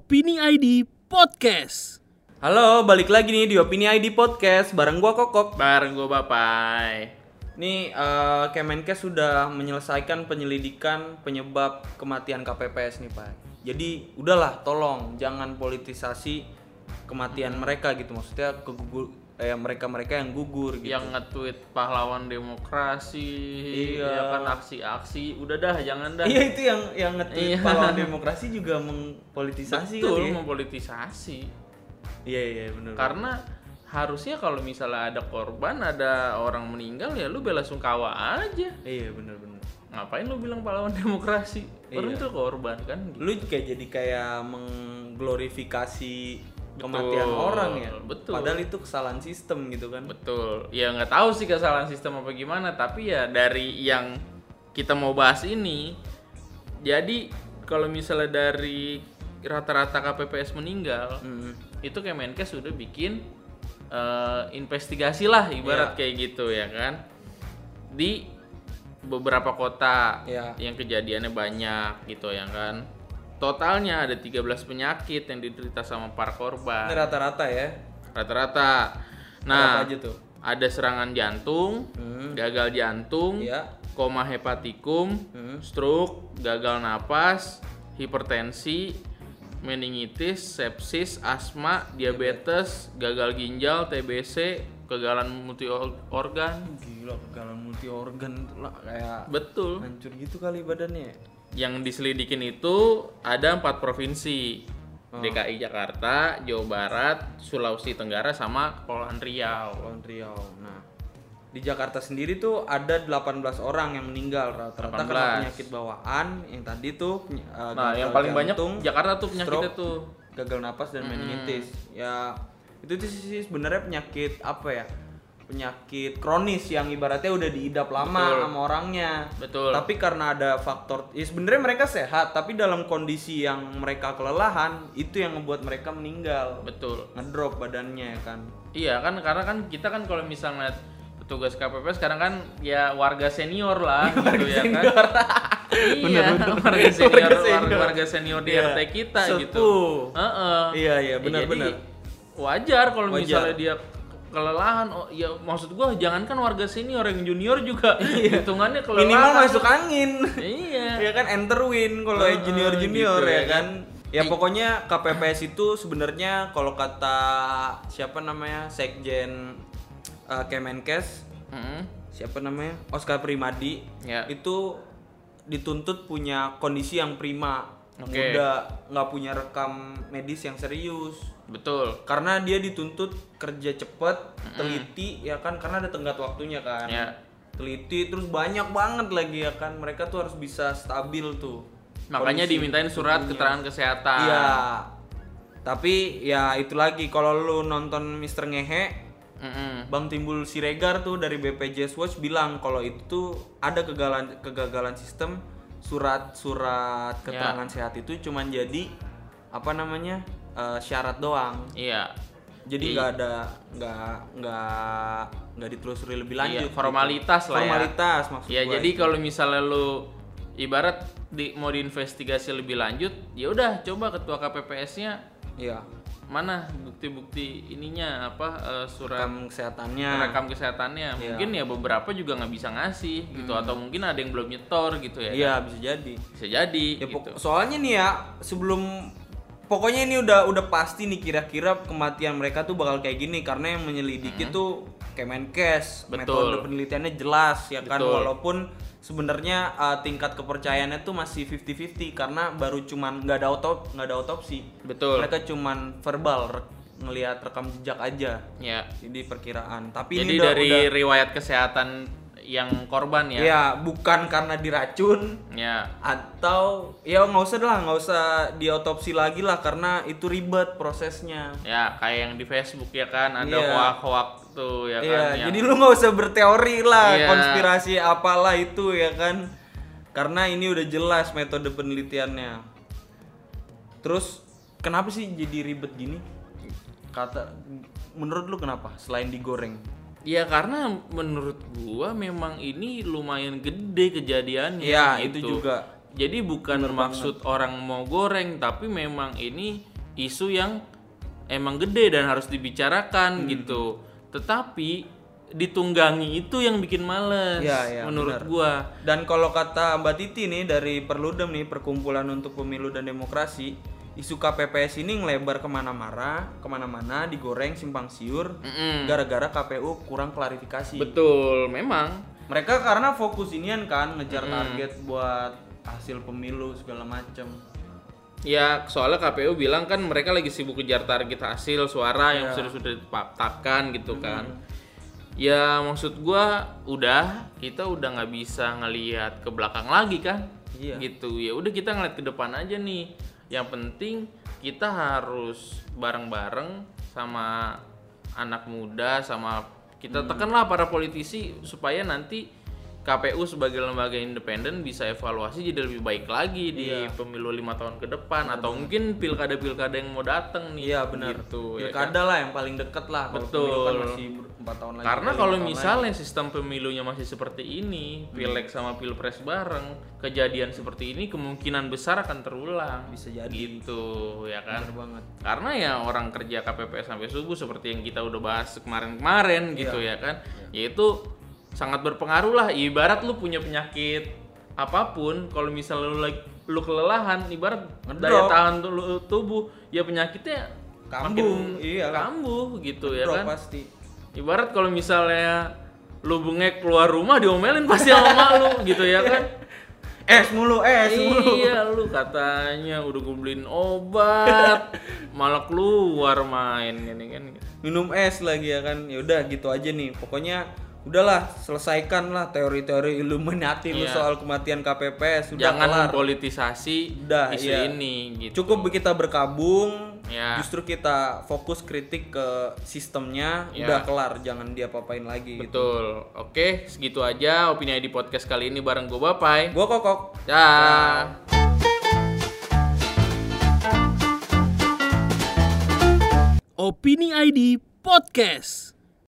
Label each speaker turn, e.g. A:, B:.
A: Opini ID Podcast.
B: Halo, balik lagi nih di Opini ID Podcast bareng gua Kokok.
C: Bareng gue Bapai.
B: Nih, Kemenkes sudah menyelesaikan penyelidikan penyebab kematian KPPS nih, Pak. Jadi, udahlah, tolong jangan politisasi kematian mereka gitu. Maksudnya mereka-mereka yang gugur gitu.
C: Yang nge-tweet pahlawan demokrasi,
B: Iya.
C: ya kan aksi-aksi, udah dah jangan dah.
B: Iya, itu yang nge-tweet
C: Iya.
B: pahlawan demokrasi juga mengpolitisasi
C: Betul,
B: kan ya.
C: mempolitisasi.
B: Iya, benar.
C: Karena harusnya kalau misalnya ada korban, ada orang meninggal ya lu bela sungkawa aja.
B: Iya, benar.
C: Ngapain lu bilang pahlawan demokrasi? Orang
B: Iya.
C: itu korban kan gitu.
B: Lu kayak mengglorifikasi kematian
C: Betul,
B: orang ya.
C: betul.
B: Padahal itu kesalahan sistem gitu kan.
C: Betul. Ya nggak tahu sih kesalahan sistem apa gimana, tapi ya dari yang kita mau bahas ini, jadi kalau misalnya dari rata-rata KPPS meninggal, itu Kemenkes sudah bikin investigasi lah ibarat
B: Iya.
C: kayak gitu ya kan, di beberapa kota
B: Iya.
C: yang kejadiannya banyak gitu ya kan. Totalnya ada 13 penyakit yang diderita sama para
B: Ini
C: korban.
B: rata-rata ya.
C: Rata-rata. Nah,
B: Apa aja tuh?
C: ada serangan jantung, gagal jantung,
B: Iya.
C: koma hepatikum, stroke, gagal napas, hipertensi, meningitis, sepsis, asma, diabetes, gagal ginjal, TBC, kegagalan multi organ.
B: Gila, kegagalan multi organ lah, kayak
C: Betul.
B: hancur gitu kali badannya.
C: Yang diselidikin itu ada 4 provinsi.
B: Oh.
C: DKI Jakarta, Jawa Barat, Sulawesi Tenggara, sama Kepulauan Riau.
B: Kepulauan Riau. Nah, di Jakarta sendiri tuh ada 18 orang yang meninggal rata-rata karena
C: 18.
B: penyakit bawaan yang tadi tuh
C: Nah,
B: gagal
C: yang paling banyak
B: jantung,
C: Jakarta tuh penyakitnya
B: stroke,
C: tuh.
B: gagal napas dan meningitis. Ya itu tuh sih sebenarnya penyakit apa ya? Penyakit kronis yang ibaratnya udah diidap lama
C: Betul.
B: sama orangnya.
C: Betul.
B: Tapi karena ada faktor, ya sebenarnya mereka sehat, tapi dalam kondisi yang mereka kelelahan itu yang membuat mereka meninggal.
C: Betul.
B: Ngedrop badannya ya kan.
C: Iya kan, karena kan kita kan kalau misalnya petugas KPPS sekarang kan ya warga senior lah gitu ya kan. Iya, warga senior di
B: Iya.
C: RT kita gitu.
B: Sepuh.
C: Heeh.
B: Iya,
C: Ya,
B: benar-benar.
C: jadi wajar kalau
B: Wajar.
C: misalnya dia kelelahan. Oh, ya maksud gua jangankan warga senior, yang junior juga hitungannya kelelahan.
B: Minimal masuk angin.
C: Iya.
B: Ya kan enter win kalau junior
C: gitu
B: ya
C: ya
B: kan. Ya pokoknya KPPS itu sebenarnya kalau kata siapa namanya Sekjen Kemenkes,
C: Mm-mm.
B: siapa namanya Oscar Primadi,
C: Ya.
B: itu dituntut punya kondisi yang prima,
C: Oke.
B: muda, nggak punya rekam medis yang serius.
C: Betul.
B: Karena dia dituntut kerja cepet, teliti ya kan, karena ada tenggat waktunya kan.
C: Ya.
B: Teliti terus banyak banget lagi ya kan. Mereka tuh harus bisa stabil tuh.
C: Makanya
B: kondisi
C: dimintain surat
B: tubuhnya.
C: keterangan kesehatan.
B: Iya. Tapi ya itu lagi, kalau lu nonton Mr. Ngehe,
C: Mm-mm.
B: Bang Timbul Siregar tuh dari BPJS Watch bilang kalau itu tuh ada kegagalan sistem, surat keterangan sehat itu cuman jadi apa namanya syarat doang.
C: Iya.
B: Jadi nggak ditelusuri lebih lanjut.
C: Iya, formalitas lah ya.
B: Formalitas maksud
C: Ya
B: gua
C: jadi
B: itu.
C: kalau misalnya lu ibarat mau diinvestigasi lebih lanjut, ya udah coba ketua KPPS-nya
B: Iya.
C: mana bukti-bukti ininya apa surat
B: Rekam kesehatannya.
C: rekam kesehatannya.
B: Iya.
C: Mungkin ya beberapa juga nggak bisa ngasih gitu, atau mungkin ada yang belum nyetor gitu ya.
B: Iya,
C: kan?
B: bisa jadi.
C: Bisa jadi
B: Ya,
C: gitu.
B: soalnya nih ya, pokoknya ini udah pasti nih kira-kira kematian mereka tuh bakal kayak gini karena yang menyelidiki tuh Kemenkes.
C: Betul.
B: Metode penelitiannya jelas ya kan,
C: Betul.
B: walaupun sebenarnya tingkat kepercayaannya tuh masih 50-50 karena baru cuman nggak ada otopsi.
C: Betul.
B: Mereka cuman verbal ngelihat rekam jejak aja.
C: Ya.
B: Jadi perkiraan. Tapi
C: Jadi
B: ini udah
C: dari riwayat kesehatan yang korban ya.
B: ya bukan karena diracun
C: Ya.
B: atau ya nggak usah diotopsi lagi lah karena itu ribet prosesnya.
C: Ya, kayak yang di Facebook ya kan, ada
B: Iya.
C: hoak tuh ya
B: Iya,
C: kan. yang-
B: jadi lu nggak usah berteori lah
C: Iya.
B: konspirasi apalah itu ya kan, karena ini udah jelas metode penelitiannya. Terus kenapa sih jadi ribet gini? Menurut lu kenapa selain digoreng?
C: Ya karena menurut gua memang ini lumayan gede kejadiannya.
B: Iya,
C: gitu.
B: itu juga.
C: Jadi bukan maksud orang mau goreng, tapi memang ini isu yang emang gede dan harus dibicarakan gitu. Tetapi ditunggangi itu yang bikin males menurut
B: benar.
C: gua.
B: Dan kalau kata Mbak Titi nih dari Perludem nih, Perkumpulan untuk Pemilu dan Demokrasi, isu KPPS ini ngelebar kemana-mana, digoreng simpang siur, gara-gara KPU kurang klarifikasi.
C: Betul, memang.
B: Mereka karena fokus inian kan ngejar target buat hasil pemilu segala macem.
C: Ya, soalnya KPU bilang kan mereka lagi sibuk kejar target hasil suara yang sudah ditetapkan gitu kan. Ya maksud gua kita udah nggak bisa ngelihat ke belakang lagi kan. Gitu. Ya udah kita ngeliat ke depan aja nih. Yang penting kita harus bareng-bareng sama anak muda, sama kita tekanlah para politisi supaya nanti KPU sebagai lembaga independen bisa evaluasi jadi lebih baik lagi di pemilu 5 tahun ke depan atau mungkin pilkada-pilkada yang mau datang nih.
B: Iya benar.
C: Gitu,
B: Pilkada lah yang paling deket lah. Kalau pemilu kan masih 4 tahun lagi.
C: Karena kalau misalnya sistem pemilunya masih seperti ini, Pileg sama Pilpres bareng, kejadian seperti ini kemungkinan besar akan terulang.
B: Bisa jadi.
C: Gitu, ya kan?
B: Bener banget.
C: Karena ya orang kerja KPPS sampai subuh seperti yang kita udah bahas kemarin-kemarin gitu ya kan. Yaitu sangat berpengaruh lah. Ibarat lu punya penyakit apapun, kalau misalnya lu kelelahan, ibarat daya tahan tubuh ya penyakitnya
B: Kambuh,
C: kambuh gitu ya kan.
B: Pasti.
C: Ibarat kalau misalnya lu bengek keluar rumah diomelin pasti sama emak lu gitu ya kan.
B: Es mulu.
C: Iya, lu katanya udah gue beliin obat malah keluar main gini kan.
B: Minum es lagi ya kan. Ya udah gitu aja nih. Pokoknya udahlah, selesaikan lah teori-teori Illuminati lu soal kematian KPPS. Sudah
C: jangan
B: kelar.
C: Politisasi isu ini gitu.
B: Cukup kita berkabung.
C: Ya.
B: Justru kita fokus kritik ke sistemnya. Udah kelar, jangan diapa-apain lagi.
C: Betul. Oke, segitu aja Opini ID Podcast kali ini bareng gue Bapai.
B: Gua Kokok.
C: Dah.
A: Opini ID Podcast.